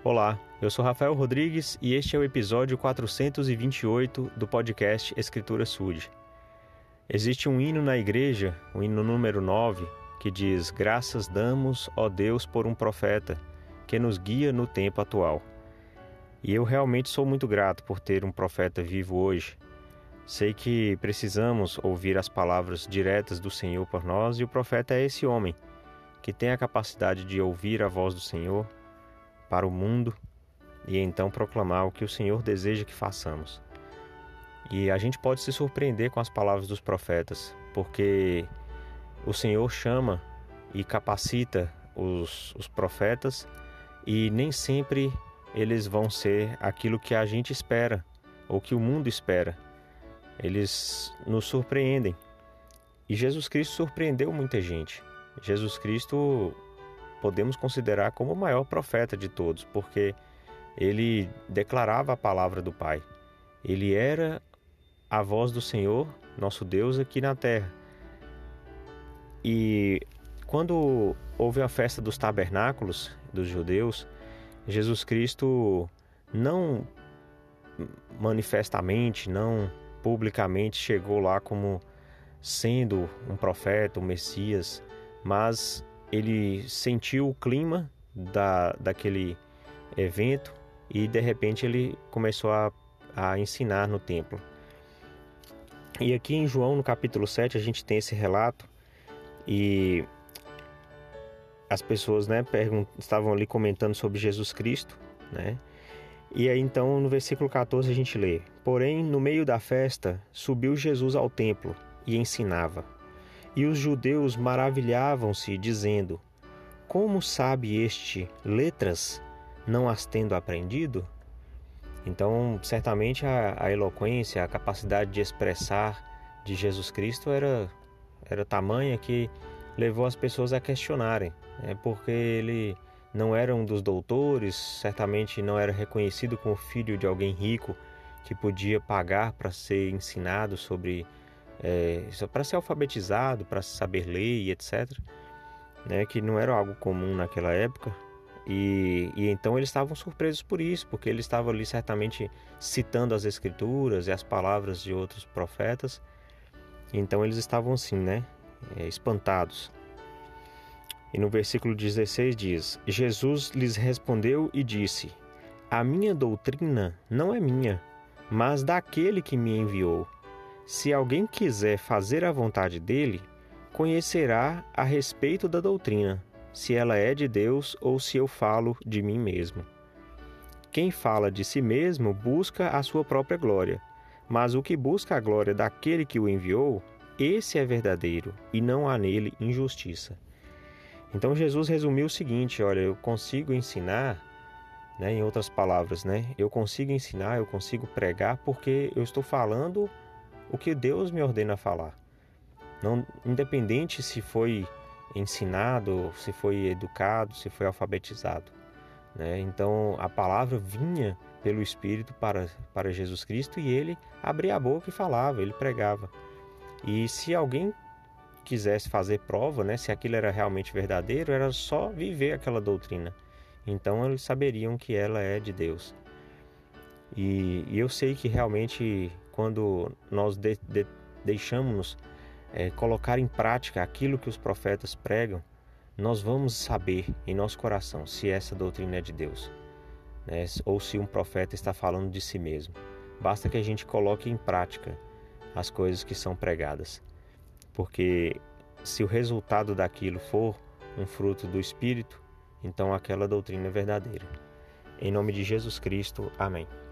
Olá, eu sou Rafael Rodrigues e este é o episódio 428 do podcast Escritura Sud. Existe um hino na igreja, o hino número 9, que diz: "Graças damos, ó Deus, por um profeta, que nos guia no tempo atual." E eu realmente sou muito grato por ter um profeta vivo hoje. Sei que precisamos ouvir as palavras diretas do Senhor por nós, e o profeta é esse homem que tem a capacidade de ouvir a voz do Senhor para o mundo e então proclamar o que o Senhor deseja que façamos. E a gente pode se surpreender com as palavras dos profetas, porque o Senhor chama e capacita os profetas e nem sempre eles vão ser aquilo que a gente espera ou que o mundo espera. Eles nos surpreendem. E Jesus Cristo surpreendeu muita gente. Jesus Cristo podemos considerar como o maior profeta de todos, porque ele declarava a palavra do Pai. Ele era a voz do Senhor, nosso Deus, aqui na terra. E quando houve a festa dos tabernáculos dos judeus, Jesus Cristo não manifestamente, não publicamente chegou lá como sendo um profeta, um Messias, mas ele sentiu o clima daquele evento e de repente ele começou a ensinar no templo. E aqui em João, no capítulo 7, a gente tem esse relato e as pessoas estavam ali comentando sobre Jesus Cristo, né? E aí então no versículo 14 a gente lê: "Porém, no meio da festa, subiu Jesus ao templo e ensinava. E os judeus maravilhavam-se, dizendo: Como sabe este letras, não as tendo aprendido?" Então, certamente a eloquência, a capacidade de expressar de Jesus Cristo era tamanha que levou as pessoas a questionarem, porque ele não era um dos doutores, certamente não era reconhecido como filho de alguém rico que podia pagar para ser ensinado sobre para ser alfabetizado, para saber ler e etc., que não era algo comum naquela época. E então eles estavam surpresos por isso, porque ele estava ali certamente citando as escrituras e as palavras de outros profetas. Então eles estavam assim, espantados. E no versículo 16 diz: "Jesus lhes respondeu e disse: A minha doutrina não é minha, mas daquele que me enviou. Se alguém quiser fazer a vontade dele, conhecerá a respeito da doutrina, se ela é de Deus ou se eu falo de mim mesmo. Quem fala de si mesmo busca a sua própria glória, mas o que busca a glória daquele que o enviou, esse é verdadeiro, e não há nele injustiça." Então Jesus resumiu o seguinte: olha, eu consigo ensinar, em outras palavras, eu consigo ensinar, eu consigo pregar porque eu estou falando o que Deus me ordena falar. Não, independente se foi ensinado, se foi educado, se foi alfabetizado. Então a palavra vinha pelo Espírito para Jesus Cristo e ele abria a boca e falava, ele pregava. E se alguém quisesse fazer prova, se aquilo era realmente verdadeiro, era só viver aquela doutrina. Então eles saberiam que ela é de Deus. E eu sei que realmente quando nós deixamos colocar em prática aquilo que os profetas pregam, nós vamos saber em nosso coração se essa doutrina é de Deus, ou se um profeta está falando de si mesmo. Basta que a gente coloque em prática as coisas que são pregadas, porque se o resultado daquilo for um fruto do Espírito, então aquela doutrina é verdadeira. Em nome de Jesus Cristo, amém.